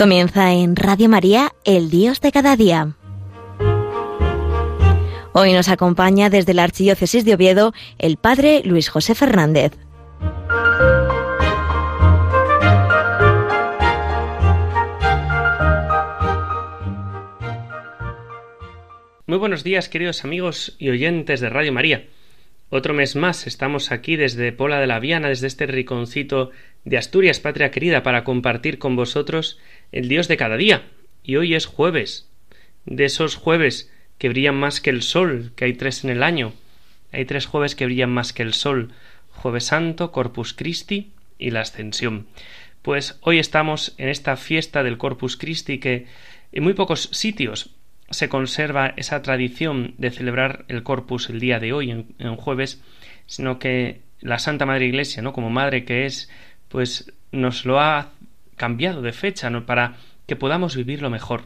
Comienza en Radio María, el Dios de cada día. Hoy nos acompaña desde la Archidiócesis de Oviedo el Padre Luis José Fernández. Muy buenos días, queridos amigos y oyentes de Radio María. Otro mes más estamos aquí desde Pola de la Viana, desde este rinconcito de Asturias, patria querida, para compartir con vosotros el Dios de cada día. Y hoy es jueves, de esos jueves que brillan más que el sol, que hay 3 en el año. Hay 3 jueves que brillan más que el sol: Jueves Santo, Corpus Christi y la Ascensión. Pues hoy estamos en esta fiesta del Corpus Christi, que en muy pocos sitios se conserva esa tradición de celebrar el Corpus el día de hoy, en jueves, sino que la Santa Madre Iglesia, ¿no?, como madre que es, pues nos lo ha cambiado de fecha, ¿no?, para que podamos vivirlo mejor.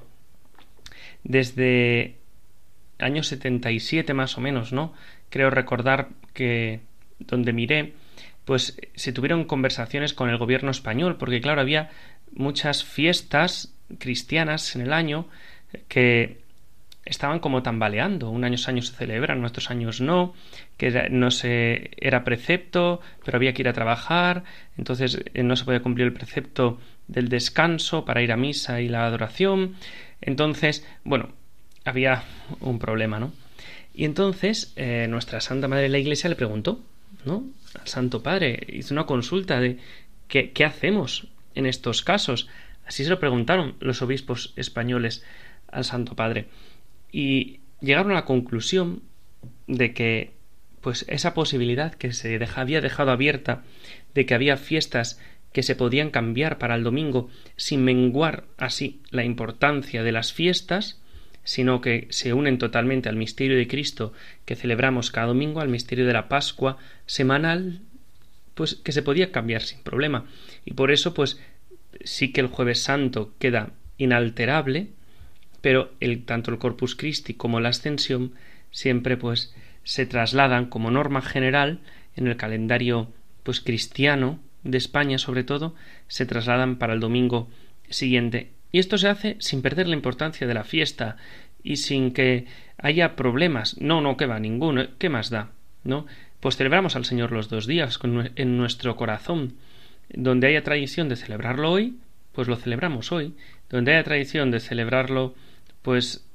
Desde año 77 más o menos, ¿no?, creo recordar que donde miré, pues se tuvieron conversaciones con el gobierno español, porque claro, había muchas fiestas cristianas en el año que estaban como tambaleando. Unos años se celebran, otros años no, que era precepto, pero había que ir a trabajar, entonces no se podía cumplir el precepto del descanso para ir a misa y la adoración. Entonces, bueno, había un problema, ¿no? Y entonces nuestra Santa Madre de la Iglesia le preguntó, ¿no?, al Santo Padre, hizo una consulta de ¿qué hacemos en estos casos? Así se lo preguntaron los obispos españoles al Santo Padre. Y llegaron a la conclusión de que pues esa posibilidad que se había dejado abierta, de que había fiestas que se podían cambiar para el domingo sin menguar así la importancia de las fiestas, sino que se unen totalmente al misterio de Cristo que celebramos cada domingo, al misterio de la Pascua semanal, pues que se podía cambiar sin problema. Y por eso pues sí que el Jueves Santo queda inalterable, pero tanto el Corpus Christi como la Ascensión siempre pues se trasladan como norma general en el calendario pues cristiano de España, sobre todo, se trasladan para el domingo siguiente. Y esto se hace sin perder la importancia de la fiesta y sin que haya problemas. No, que va, ninguno, ¿qué más da?, ¿no? Pues celebramos al Señor los 2 días en nuestro corazón. Donde haya tradición de celebrarlo hoy, pues lo celebramos hoy. Donde haya tradición de celebrarlo pues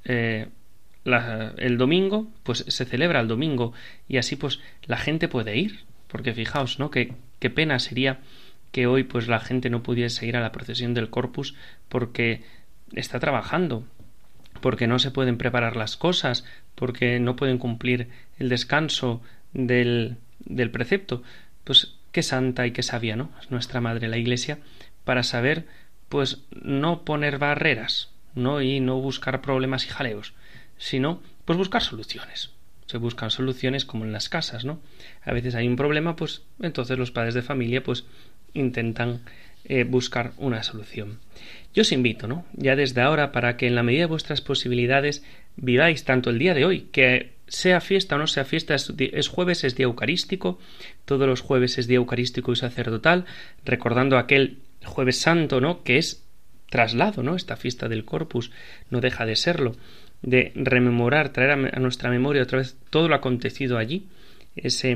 el domingo, pues se celebra el domingo, y así pues la gente puede ir, porque fijaos, ¿no?, qué pena sería que hoy pues la gente no pudiese ir a la procesión del Corpus porque está trabajando, porque no se pueden preparar las cosas, porque no pueden cumplir el descanso del precepto. Pues qué santa y qué sabia, ¿no?, es nuestra Madre la Iglesia, para saber pues no poner barreras, ¿no?, y no buscar problemas y jaleos, sino pues buscar soluciones. Se buscan soluciones como en las casas, ¿no? A veces hay un problema, pues entonces los padres de familia pues intentan buscar una solución. Yo os invito, ¿no?, ya desde ahora, para que en la medida de vuestras posibilidades viváis tanto el día de hoy, que sea fiesta o no sea fiesta, es jueves, es día eucarístico, todos los jueves es día eucarístico y sacerdotal, recordando aquel Jueves Santo, ¿no?, que es traslado, ¿no?, esta fiesta del Corpus no deja de serlo, de rememorar, traer a nuestra memoria otra vez todo lo acontecido allí, esa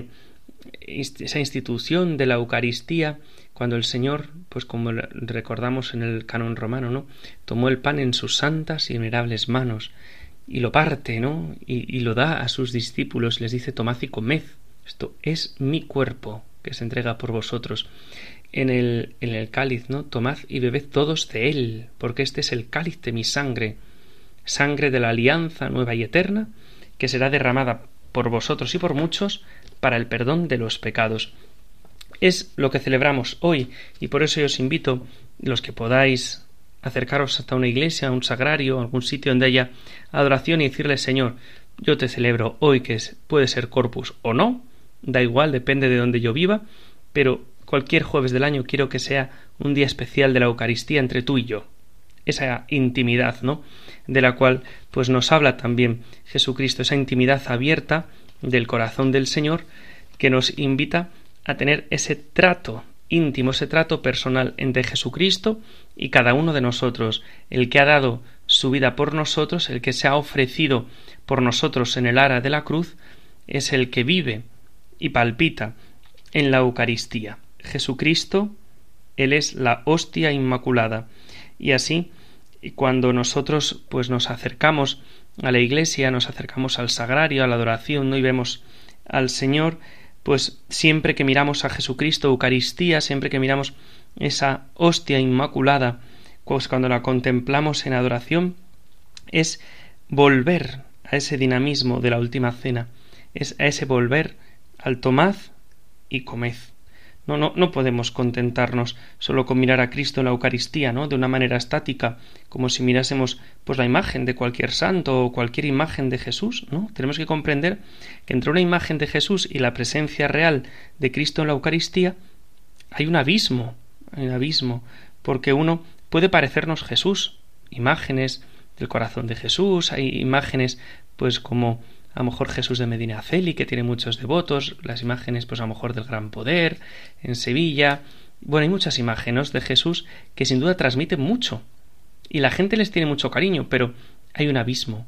institución de la Eucaristía, cuando el Señor, pues como recordamos en el canon romano, ¿no?, tomó el pan en sus santas y venerables manos y lo parte, ¿no?, y lo da a sus discípulos, les dice: tomad y comed, esto es mi cuerpo que se entrega por vosotros. En el cáliz, ¿no?, tomad y bebed todos de él, porque este es el cáliz de mi sangre, sangre de la alianza nueva y eterna, que será derramada por vosotros y por muchos para el perdón de los pecados. Es lo que celebramos hoy, y por eso yo os invito, los que podáis, acercaros hasta una iglesia, a un sagrario, a algún sitio donde haya adoración, y decirle: Señor, yo te celebro hoy, que puede ser Corpus o no, da igual, depende de donde yo viva, pero cualquier jueves del año quiero que sea un día especial de la Eucaristía entre tú y yo. Esa intimidad, ¿no?, de la cual pues nos habla también Jesucristo, esa intimidad abierta del corazón del Señor, que nos invita a tener ese trato íntimo, ese trato personal entre Jesucristo y cada uno de nosotros, el que ha dado su vida por nosotros, el que se ha ofrecido por nosotros en el ara de la cruz, es el que vive y palpita en la Eucaristía. Jesucristo, Él es la hostia inmaculada. Y así, cuando nosotros pues nos acercamos a la Iglesia, nos acercamos al sagrario, a la adoración, ¿no? Y vemos al Señor, pues siempre que miramos a Jesucristo, Eucaristía, siempre que miramos esa hostia inmaculada, pues cuando la contemplamos en adoración, es volver a ese dinamismo de la última cena, es a ese volver al tomad y comed. No podemos contentarnos solo con mirar a Cristo en la Eucaristía, ¿no? De una manera estática, como si mirásemos pues la imagen de cualquier santo o cualquier imagen de Jesús, ¿no? Tenemos que comprender que entre una imagen de Jesús y la presencia real de Cristo en la Eucaristía hay un abismo, porque uno puede parecernos Jesús, imágenes del corazón de Jesús, hay imágenes pues como a lo mejor Jesús de Medinaceli, que tiene muchos devotos, las imágenes pues a lo mejor del Gran Poder, en Sevilla. Bueno, hay muchas imágenes de Jesús que sin duda transmiten mucho, y la gente les tiene mucho cariño, pero hay un abismo,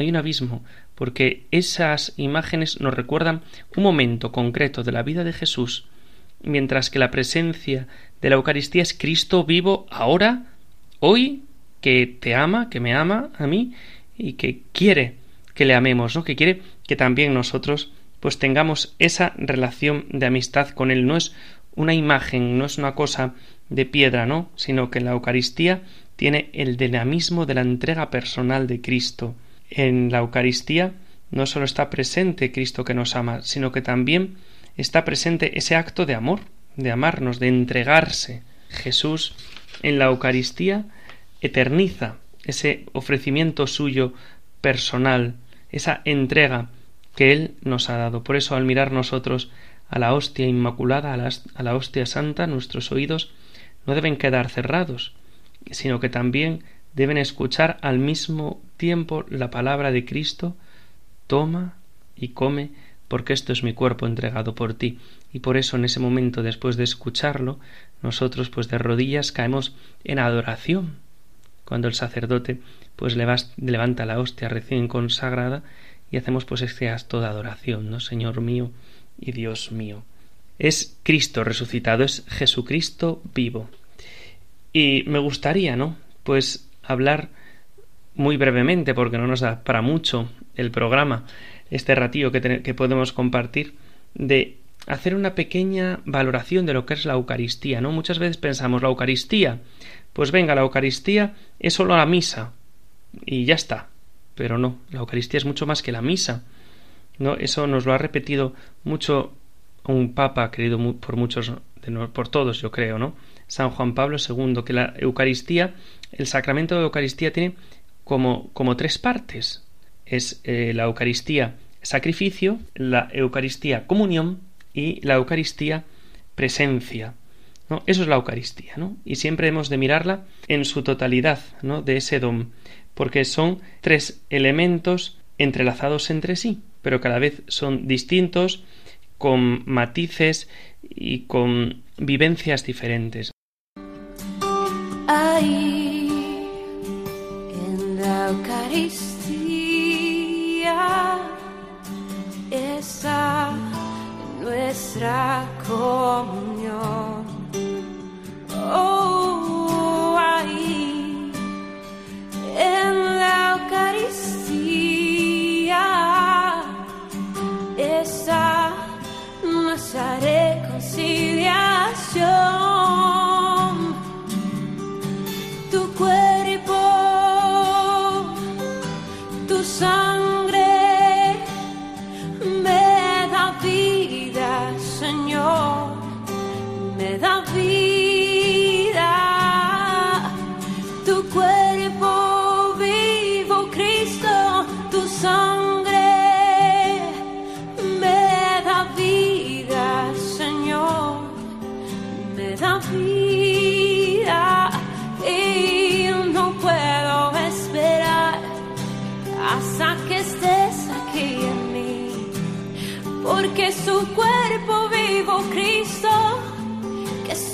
porque esas imágenes nos recuerdan un momento concreto de la vida de Jesús, mientras que la presencia de la Eucaristía es Cristo vivo ahora, hoy, que te ama, que me ama a mí, y que quiere que le amemos, ¿no? Que quiere que también nosotros pues tengamos esa relación de amistad con Él. No es una imagen, no es una cosa de piedra, ¿no? Sino que en la Eucaristía tiene el dinamismo de la entrega personal de Cristo. En la Eucaristía no solo está presente Cristo que nos ama, sino que también está presente ese acto de amor, de amarnos, de entregarse. Jesús en la Eucaristía eterniza ese ofrecimiento suyo personal, esa entrega que Él nos ha dado. Por eso, al mirar nosotros a la hostia inmaculada, a la hostia santa, nuestros oídos no deben quedar cerrados, sino que también deben escuchar al mismo tiempo la palabra de Cristo: toma y come, porque esto es mi cuerpo entregado por ti. Y por eso en ese momento, después de escucharlo, nosotros pues de rodillas caemos en adoración, cuando el sacerdote pues levanta la hostia recién consagrada, y hacemos pues este acto de adoración, ¿no? Señor mío y Dios mío. Es Cristo resucitado, es Jesucristo vivo. Y me gustaría, ¿no?, pues hablar muy brevemente, porque no nos da para mucho el programa, este ratillo que podemos compartir, de hacer una pequeña valoración de lo que es la Eucaristía, ¿no? Muchas veces pensamos, la Eucaristía, pues venga, la Eucaristía es solo la misa y ya está. Pero no, la Eucaristía es mucho más que la misa, ¿no? Eso nos lo ha repetido mucho un papa querido por muchos, por todos, yo creo, ¿no? San Juan Pablo II, que la Eucaristía, el sacramento de la Eucaristía tiene como tres partes. Es la Eucaristía sacrificio, la Eucaristía comunión y la Eucaristía presencia, ¿no? Eso es la Eucaristía, ¿no? Y siempre hemos de mirarla en su totalidad, ¿no?, de ese don, porque son tres elementos entrelazados entre sí, pero cada vez son distintos, con matices y con vivencias diferentes. Ahí en la Eucaristía está nuestra comunión. Oh, ahí en la Eucaristía está nuestra reconciliación. Tu cuerpo, tu sangre me da vida, Señor, me da vida. Tu cuerpo vivo, Cristo, tu sangre me da vida, Señor, me da vida. Y no puedo esperar hasta que estés aquí en mí, porque es tu cuerpo vivo, Cristo, que es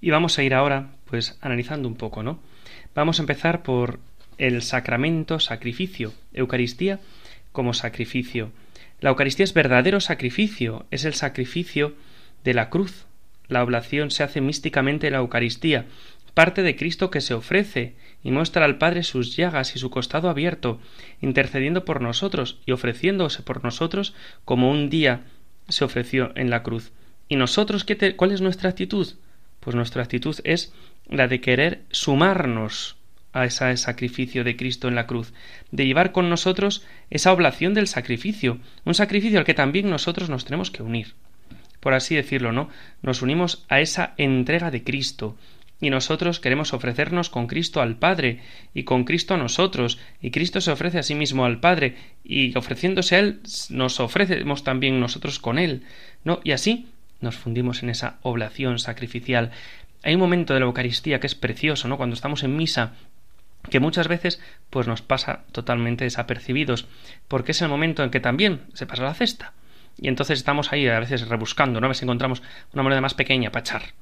Y vamos a ir ahora, pues, analizando un poco, ¿no? Vamos a empezar por el sacramento, sacrificio, Eucaristía como sacrificio. La Eucaristía es verdadero sacrificio, es el sacrificio de la cruz. La oblación se hace místicamente en la Eucaristía, parte de Cristo que se ofrece y muestra al Padre sus llagas y su costado abierto, intercediendo por nosotros y ofreciéndose por nosotros como un día se ofreció en la cruz. ¿Y nosotros cuál es nuestra actitud? Pues nuestra actitud es la de querer sumarnos a ese sacrificio de Cristo en la cruz, de llevar con nosotros esa oblación del sacrificio, un sacrificio al que también nosotros nos tenemos que unir, por así decirlo, ¿no? Nos unimos a esa entrega de Cristo, y nosotros queremos ofrecernos con Cristo al Padre, y con Cristo a nosotros, y Cristo se ofrece a sí mismo al Padre, y ofreciéndose a Él, nos ofrecemos también nosotros con Él, ¿no? Y así nos fundimos en esa oblación sacrificial. Hay un momento de la Eucaristía que es precioso, ¿no? Cuando estamos en misa, que muchas veces pues nos pasa totalmente desapercibidos, porque es el momento en que también se pasa la cesta, y entonces estamos ahí a veces rebuscando, ¿no? A ver si encontramos una moneda más pequeña para echar.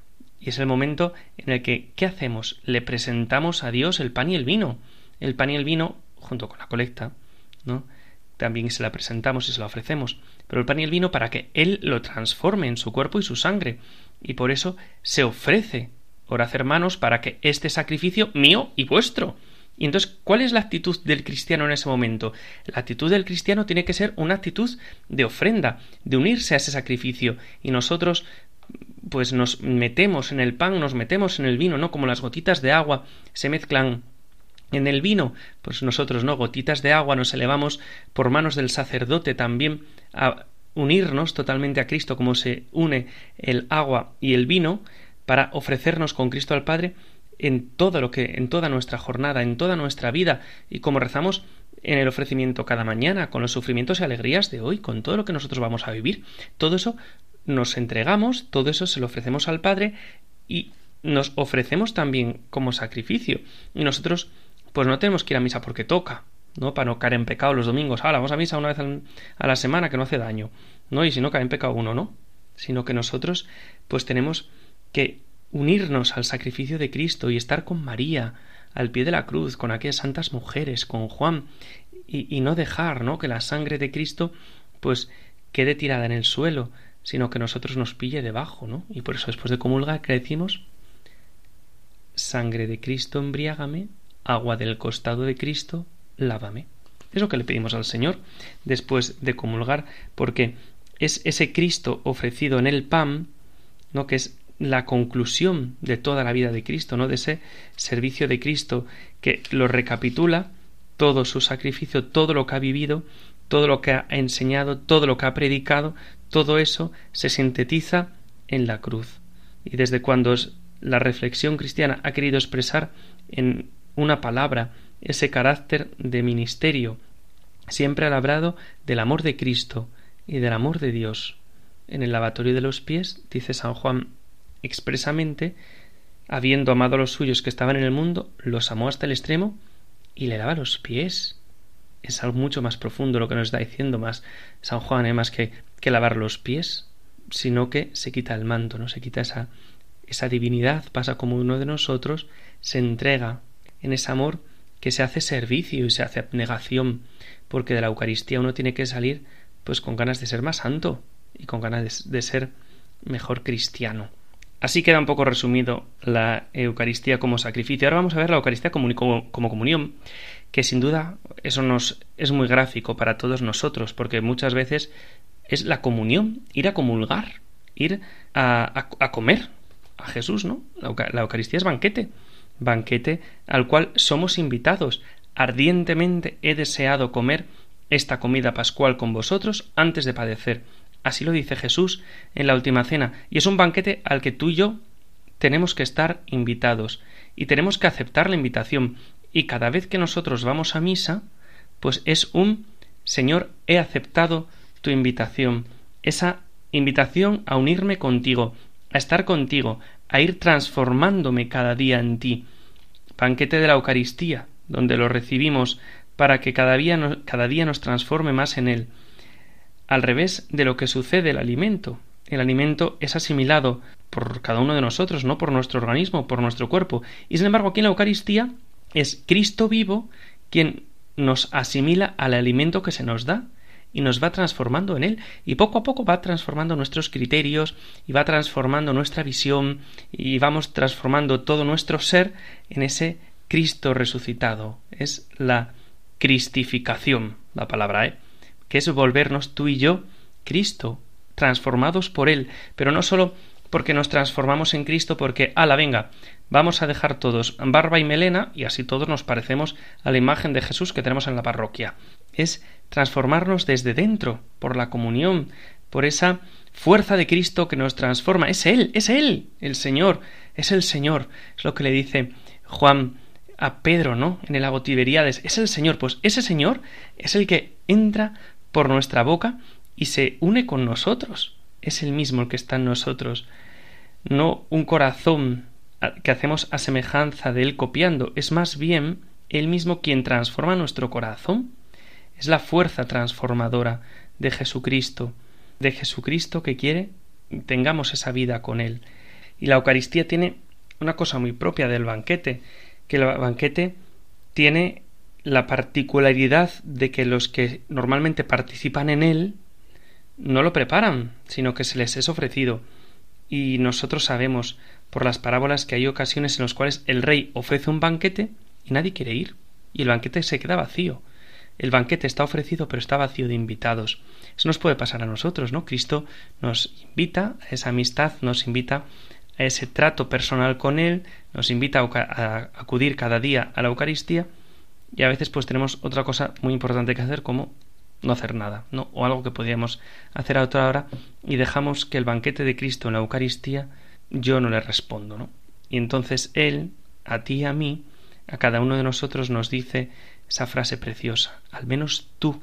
Y es el momento en el que, ¿qué hacemos? Le presentamos a Dios el pan y el vino. El pan y el vino, junto con la colecta, ¿no? También se la presentamos y se la ofrecemos. Pero el pan y el vino para que Él lo transforme en su cuerpo y su sangre. Y por eso se ofrece. Orad, hermanos, para que este sacrificio mío y vuestro. Y entonces, ¿cuál es la actitud del cristiano en ese momento? La actitud del cristiano tiene que ser una actitud de ofrenda, de unirse a ese sacrificio. Y nosotros pues nos metemos en el pan, nos metemos en el vino, ¿no? Como las gotitas de agua se mezclan en el vino, pues nosotros, ¿no? Gotitas de agua nos elevamos por manos del sacerdote también a unirnos totalmente a Cristo, como se une el agua y el vino, para ofrecernos con Cristo al Padre en toda nuestra jornada, en toda nuestra vida, y como rezamos en el ofrecimiento cada mañana, con los sufrimientos y alegrías de hoy, con todo lo que nosotros vamos a vivir, todo eso nos entregamos, todo eso se lo ofrecemos al Padre y nos ofrecemos también como sacrificio. Y nosotros pues no tenemos que ir a misa porque toca, ¿no? Para no caer en pecado los domingos. Vamos a misa una vez a la semana, que no hace daño, ¿no? Y si no cae en pecado uno, ¿no? Sino que nosotros pues tenemos que unirnos al sacrificio de Cristo y estar con María al pie de la cruz, con aquellas santas mujeres, con Juan, y no dejar, ¿no? Que la sangre de Cristo pues quede tirada en el suelo, sino que nosotros nos pille debajo, ¿no? Y por eso después de comulgar, ¿qué decimos? Sangre de Cristo embriágame, agua del costado de Cristo lávame. Es lo que le pedimos al Señor después de comulgar, porque es ese Cristo ofrecido en el pan, ¿no? Que es la conclusión de toda la vida de Cristo, ¿no? De ese servicio de Cristo que lo recapitula todo su sacrificio, todo lo que ha vivido, todo lo que ha enseñado, todo lo que ha predicado, todo eso se sintetiza en la cruz. Y desde cuando la reflexión cristiana ha querido expresar en una palabra ese carácter de ministerio, siempre ha hablado del amor de Cristo y del amor de Dios. En el lavatorio de los pies, dice San Juan expresamente, habiendo amado a los suyos que estaban en el mundo, los amó hasta el extremo y le lava los pies. Es algo mucho más profundo lo que nos está diciendo más San Juan, más que lavar los pies, sino que se quita el manto, ¿no? Se quita esa divinidad, pasa como uno de nosotros, se entrega en ese amor que se hace servicio y se hace abnegación, porque de la Eucaristía uno tiene que salir pues con ganas de ser más santo y con ganas de ser mejor cristiano. Así queda un poco resumido la Eucaristía como sacrificio. Ahora vamos a ver la Eucaristía como comunión, que sin duda eso nos es muy gráfico para todos nosotros, porque muchas veces es la comunión, ir a comulgar, ir a comer a Jesús, ¿no? La Eucaristía es banquete al cual somos invitados. Ardientemente he deseado comer esta comida pascual con vosotros antes de padecer. Así lo dice Jesús en la última cena, y es un banquete al que tú y yo tenemos que estar invitados y tenemos que aceptar la invitación, y cada vez que nosotros vamos a misa pues es un Señor, he aceptado tu invitación, esa invitación a unirme contigo, a estar contigo, a ir transformándome cada día en ti. Banquete de la Eucaristía, donde lo recibimos para que cada día nos transforme más en él. Al revés de lo que sucede el alimento es asimilado por cada uno de nosotros, ¿no? Por nuestro organismo, por nuestro cuerpo. Y sin embargo, aquí en la Eucaristía es Cristo vivo quien nos asimila al alimento que se nos da y nos va transformando en él, y poco a poco va transformando nuestros criterios y va transformando nuestra visión y vamos transformando todo nuestro ser en ese Cristo resucitado. Es la cristificación, la palabra, que es volvernos tú y yo Cristo, transformados por él, pero no solo porque nos transformamos en Cristo porque, venga, vamos a dejar todos barba y melena y así todos nos parecemos a la imagen de Jesús que tenemos en la parroquia. Es transformarnos desde dentro, por la comunión, por esa fuerza de Cristo que nos transforma. Es Él, el Señor, es el Señor. Es lo que le dice Juan a Pedro, ¿no? En el lago Tiberíades. Es el Señor. Pues ese Señor es el que entra por nuestra boca y se une con nosotros. Es el mismo el que está en nosotros, no un corazón que hacemos a semejanza de él copiando, es más bien él mismo quien transforma nuestro corazón. Es la fuerza transformadora de Jesucristo que quiere tengamos esa vida con él. Y la Eucaristía tiene una cosa muy propia del banquete, que el banquete tiene la particularidad de que los que normalmente participan en él no lo preparan, sino que se les es ofrecido. Y nosotros sabemos por las parábolas que hay ocasiones en las cuales el rey ofrece un banquete y nadie quiere ir, y el banquete se queda vacío. El banquete está ofrecido, pero está vacío de invitados. Eso nos puede pasar a nosotros, ¿no? Cristo nos invita a esa amistad, nos invita a ese trato personal con él, nos invita a acudir cada día a la Eucaristía, y a veces pues tenemos otra cosa muy importante que hacer, como no hacer nada, ¿no? O algo que podríamos hacer a otra hora, y dejamos que el banquete de Cristo en la Eucaristía yo no le respondo, ¿no? Y entonces Él, a ti y a mí, a cada uno de nosotros nos dice esa frase preciosa: al menos tú,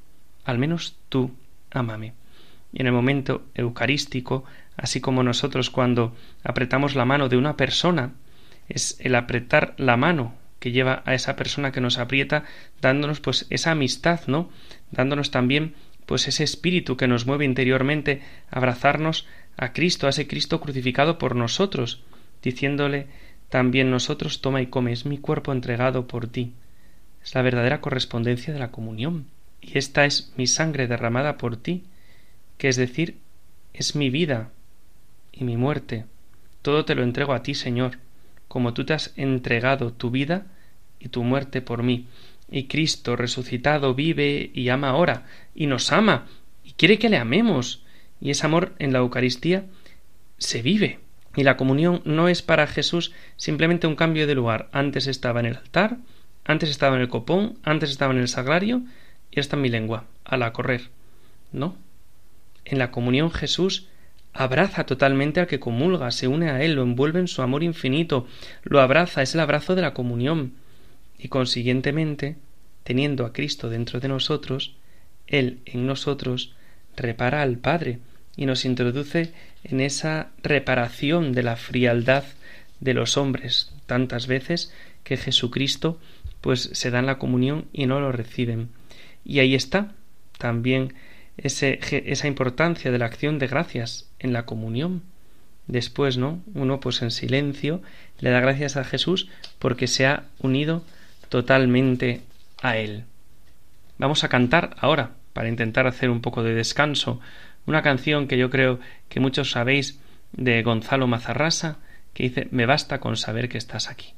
ámame. Y en el momento eucarístico, así como nosotros cuando apretamos la mano de una persona, es el apretar la mano que lleva a esa persona que nos aprieta, dándonos pues esa amistad, ¿no? Dándonos también pues ese espíritu que nos mueve interiormente a abrazarnos a Cristo, a ese Cristo crucificado por nosotros, diciéndole también nosotros: toma y come, es mi cuerpo entregado por ti. Es la verdadera correspondencia de la comunión. Y esta es mi sangre derramada por ti, que es decir, es mi vida y mi muerte. Todo te lo entrego a ti, Señor, como tú te has entregado tu vida y tu muerte por mí. Y Cristo resucitado vive y ama ahora, y nos ama, y quiere que le amemos. Y ese amor en la Eucaristía se vive. Y la comunión no es para Jesús simplemente un cambio de lugar. Antes estaba en el altar, antes estaba en el copón, antes estaba en el sagrario, y ahora está en mi lengua, a correr. No. En la comunión Jesús abraza totalmente al que comulga, se une a él, lo envuelve en su amor infinito, lo abraza, es el abrazo de la comunión. Y consiguientemente, teniendo a Cristo dentro de nosotros, Él en nosotros repara al Padre y nos introduce en esa reparación de la frialdad de los hombres, tantas veces que Jesucristo pues se da en la comunión y no lo reciben. Y ahí está también esa importancia de la acción de gracias en la comunión. Después, ¿no? Uno pues en silencio le da gracias a Jesús porque se ha unido totalmente a Él. Vamos a cantar ahora, para intentar hacer un poco de descanso, una canción que yo creo que muchos sabéis, de Gonzalo Mazarrasa, que dice: me basta con saber que estás aquí.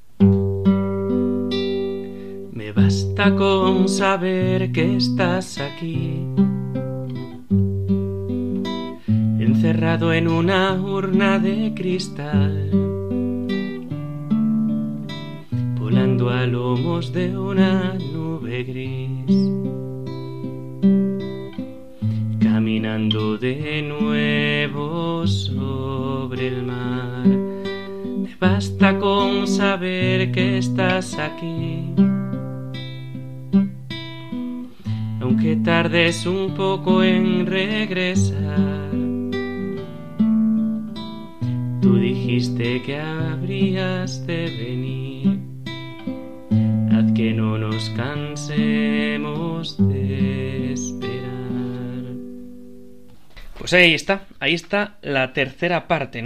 Me basta con saber que estás aquí, encerrado en una urna de cristal, volando a lomos de una nube gris, caminando de nuevo sobre el mar. Me basta con saber que estás aquí, aunque tardes un poco en regresar. Tú dijiste que habrías de venir, haz que no nos cansemos de esperar. Pues ahí está la tercera parte, ¿no?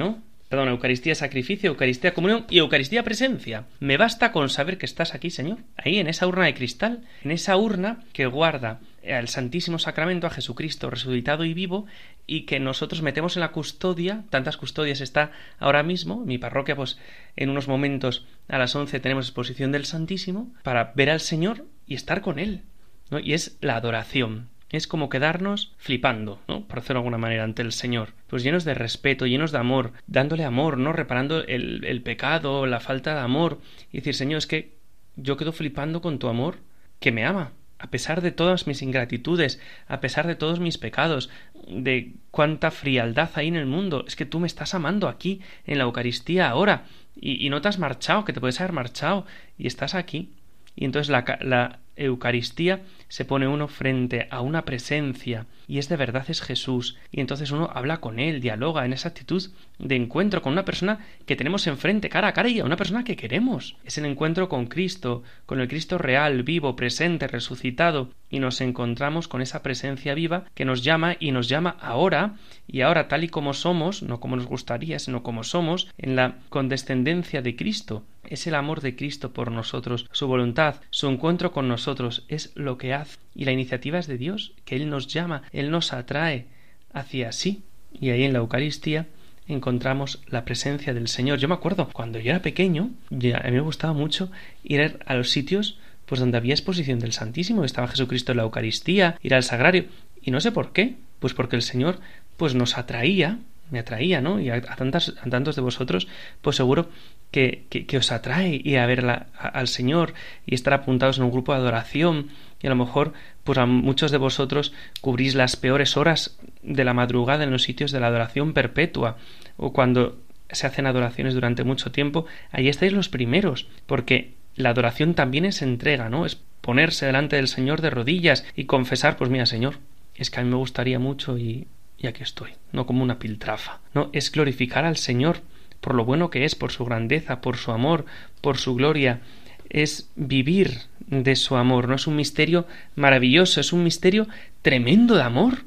Eucaristía sacrificio, Eucaristía comunión y Eucaristía presencia. Me basta con saber que estás aquí, Señor, ahí en esa urna de cristal, en esa urna que guarda al Santísimo Sacramento, a Jesucristo resucitado y vivo, y que nosotros metemos en la custodia. Tantas custodias está ahora mismo. En mi parroquia, pues en unos momentos a las 11 tenemos exposición del Santísimo para ver al Señor y estar con Él, ¿no? Y es la adoración. Es como quedarnos flipando, ¿no? Por decirlo de alguna manera, ante el Señor. Pues llenos de respeto, llenos de amor, dándole amor, ¿no? Reparando el pecado, la falta de amor. Y decir, Señor, es que yo quedo flipando con tu amor, que me ama, a pesar de todas mis ingratitudes, a pesar de todos mis pecados, de cuánta frialdad hay en el mundo. Es que tú me estás amando aquí, en la Eucaristía, ahora. Y no te has marchado, que te puedes haber marchado, y estás aquí. Y entonces la Eucaristía se pone uno frente a una presencia y es de verdad, es Jesús, y entonces uno habla con Él, dialoga en esa actitud de encuentro con una persona que tenemos enfrente, cara a cara, y a una persona que queremos. Es el encuentro con Cristo, con el Cristo real, vivo, presente, resucitado, y nos encontramos con esa presencia viva que nos llama, y nos llama ahora, y ahora tal y como somos, no como nos gustaría, sino como somos, en la condescendencia de Cristo. Es el amor de Cristo por nosotros, su voluntad, su encuentro con nosotros, es lo que hace. Y la iniciativa es de Dios, que Él nos llama, Él nos atrae hacia sí. Y ahí en la Eucaristía encontramos la presencia del Señor. Yo me acuerdo, cuando yo era pequeño, a mí me gustaba mucho ir a los sitios pues donde había exposición del Santísimo, estaba Jesucristo en la Eucaristía, ir al Sagrario. Y no sé por qué, pues porque el Señor pues nos atraía, me atraía, ¿no? Y a tantos de vosotros, pues seguro que os atrae ir a ver al Señor y estar apuntados en un grupo de adoración, y a lo mejor pues a muchos de vosotros cubrís las peores horas de la madrugada en los sitios de la adoración perpetua, o cuando se hacen adoraciones durante mucho tiempo, ahí estáis los primeros, porque la adoración también es entrega, ¿no? Es ponerse delante del Señor de rodillas y confesar, pues mira, Señor, es que a mí me gustaría mucho y aquí estoy, no como una piltrafa, no, es glorificar al Señor por lo bueno que es, por su grandeza, por su amor, por su gloria, es vivir de su amor, no es un misterio maravilloso, es un misterio tremendo de amor.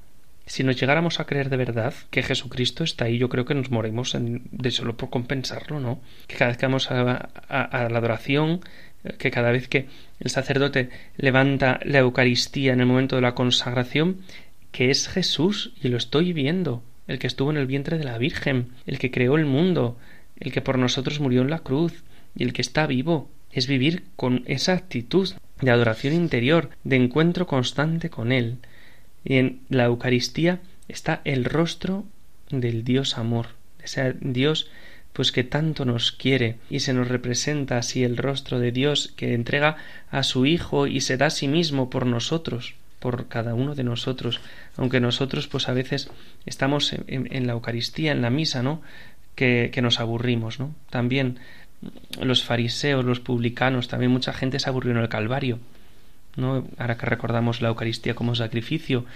Si nos llegáramos a creer de verdad que Jesucristo está ahí, yo creo que nos morimos de solo por compensarlo, ¿no? Que cada vez que vamos a la adoración, que cada vez que el sacerdote levanta la Eucaristía en el momento de la consagración, que es Jesús, y lo estoy viendo, el que estuvo en el vientre de la Virgen, el que creó el mundo, el que por nosotros murió en la cruz, y el que está vivo. Es vivir con esa actitud de adoración interior, de encuentro constante con Él. Y en la Eucaristía está el rostro del Dios amor, ese Dios pues que tanto nos quiere, y se nos representa así el rostro de Dios que entrega a su Hijo y se da a sí mismo por nosotros, por cada uno de nosotros, aunque nosotros pues a veces estamos en la Eucaristía, en la misa, ¿no? Que nos aburrimos, ¿no? También los fariseos, los publicanos, también mucha gente se aburrió en el Calvario, ¿no? Ahora que recordamos la Eucaristía como sacrificio,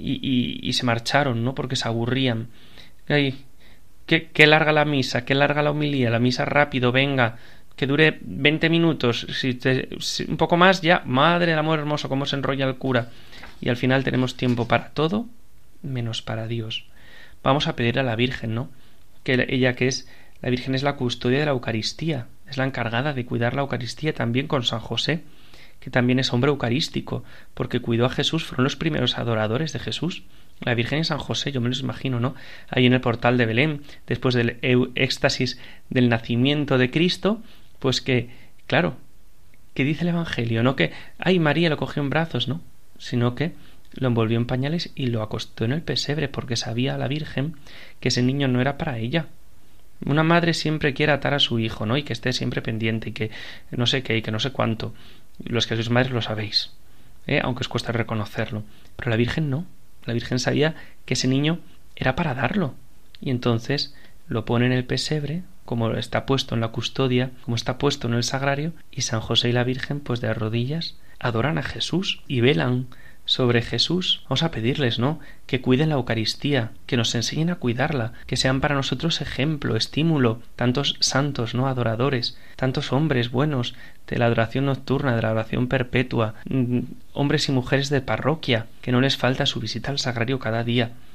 y se marcharon, ¿no? Porque se aburrían. Ay, qué larga la misa, qué larga la homilía, la misa rápido, venga, que dure 20 minutos, si un poco más ya, madre del amor hermoso, cómo se enrolla el cura. Y al final tenemos tiempo para todo menos para Dios. Vamos a pedir a la Virgen, ¿no? Que ella, que es la Virgen, es la custodia de la Eucaristía, es la encargada de cuidar la Eucaristía, también con San José, que también es hombre eucarístico, porque cuidó a Jesús, fueron los primeros adoradores de Jesús. La Virgen y San José, yo me los imagino, ¿no? Ahí en el portal de Belén, después del éxtasis del nacimiento de Cristo, pues que, claro, que dice el Evangelio, no que, ay, María lo cogió en brazos, ¿no? Sino que lo envolvió en pañales y lo acostó en el pesebre, porque sabía la Virgen que ese niño no era para ella. Una madre siempre quiere atar a su hijo, ¿no? Y que esté siempre pendiente, y que no sé qué, y que no sé cuánto. Los que sois madres lo sabéis, aunque os cuesta reconocerlo. Pero la Virgen no. La Virgen sabía que ese niño era para darlo. Y entonces lo pone en el pesebre, como está puesto en la custodia, como está puesto en el sagrario, y San José y la Virgen, pues de rodillas, adoran a Jesús y velan sobre Jesús. Vamos a pedirles, ¿no? Que cuiden la Eucaristía, que nos enseñen a cuidarla, que sean para nosotros ejemplo, estímulo, tantos santos, ¿no? Adoradores, tantos hombres buenos de la adoración nocturna, de la oración perpetua, hombres y mujeres de parroquia, que no les falta su visita al sagrario cada día.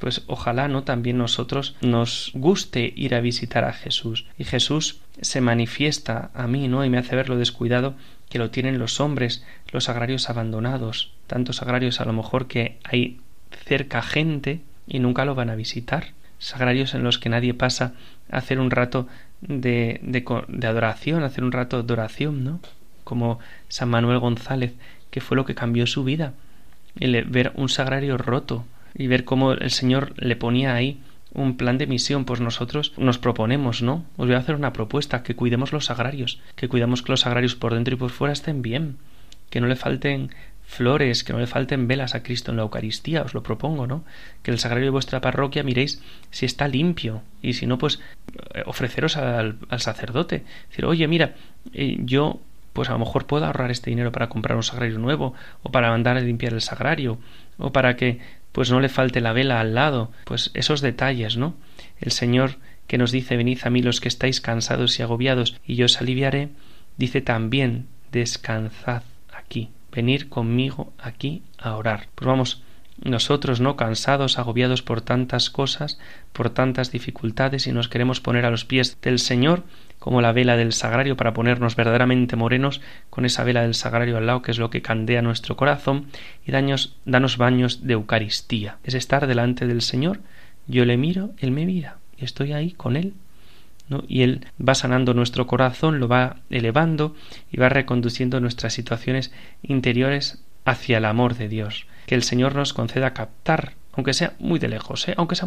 pues ojalá, ¿no?, también nosotros nos guste ir a visitar a Jesús. Y Jesús se manifiesta a mí, ¿no?, y me hace ver lo descuidado que lo tienen los hombres, los sagrarios abandonados, tantos sagrarios a lo mejor que hay cerca gente y nunca lo van a visitar, sagrarios en los que nadie pasa a hacer un rato de adoración, a hacer un rato de oración, ¿no?, como San Manuel González, que fue lo que cambió su vida, el ver un sagrario roto y ver cómo el Señor le ponía ahí un plan de misión. Pues nosotros nos proponemos, ¿no? Os voy a hacer una propuesta, que cuidemos los sagrarios, que cuidemos que los sagrarios por dentro y por fuera estén bien, que no le falten flores, que no le falten velas a Cristo en la Eucaristía. Os lo propongo, ¿no? Que el sagrario de vuestra parroquia miréis si está limpio, y si no, pues ofreceros al sacerdote, decir, oye, mira, yo pues a lo mejor puedo ahorrar este dinero para comprar un sagrario nuevo, o para mandar a limpiar el sagrario, o para que pues no le falte la vela al lado. Pues esos detalles, ¿no? El Señor, que nos dice, venid a mí los que estáis cansados y agobiados, y yo os aliviaré, dice también, descansad aquí, venir conmigo aquí a orar. Pues vamos, nosotros, ¿no?, cansados, agobiados por tantas cosas, por tantas dificultades, y nos queremos poner a los pies del Señor, como la vela del sagrario, para ponernos verdaderamente morenos con esa vela del sagrario al lado, que es lo que candea nuestro corazón, y danos baños de Eucaristía. Es estar delante del Señor, yo le miro, Él me mira, y estoy ahí con Él, ¿no? Y Él va sanando nuestro corazón, lo va elevando y va reconduciendo nuestras situaciones interiores hacia el amor de Dios. Que el Señor nos conceda captar, aunque sea muy de lejos,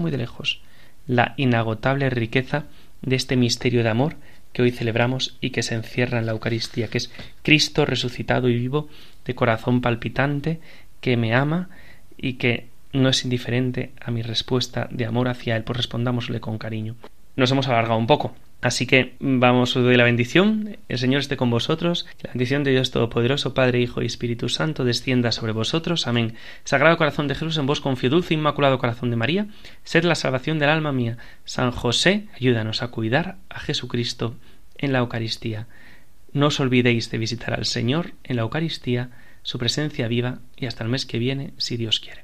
la inagotable riqueza de este misterio de amor que hoy celebramos y que se encierra en la Eucaristía, que es Cristo resucitado y vivo, de corazón palpitante, que me ama y que no es indiferente a mi respuesta de amor hacia Él. Pues respondámosle con cariño. Nos hemos alargado un poco, así que os doy la bendición. El Señor esté con vosotros. La bendición de Dios Todopoderoso, Padre, Hijo y Espíritu Santo, descienda sobre vosotros. Amén. Sagrado Corazón de Jesús, en vos confío. Dulce e Inmaculado Corazón de María, sed la salvación del alma mía. San José, ayúdanos a cuidar a Jesucristo en la Eucaristía. No os olvidéis de visitar al Señor en la Eucaristía, su presencia viva, y hasta el mes que viene, si Dios quiere.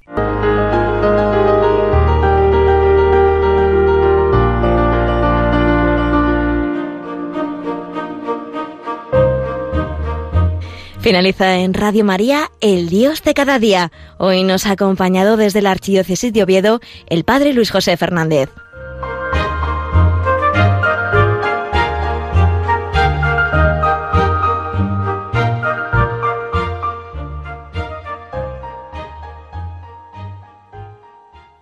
Finaliza en Radio María, El Dios de cada día. Hoy nos ha acompañado desde la Archidiócesis de Oviedo el Padre Luis José Fernández.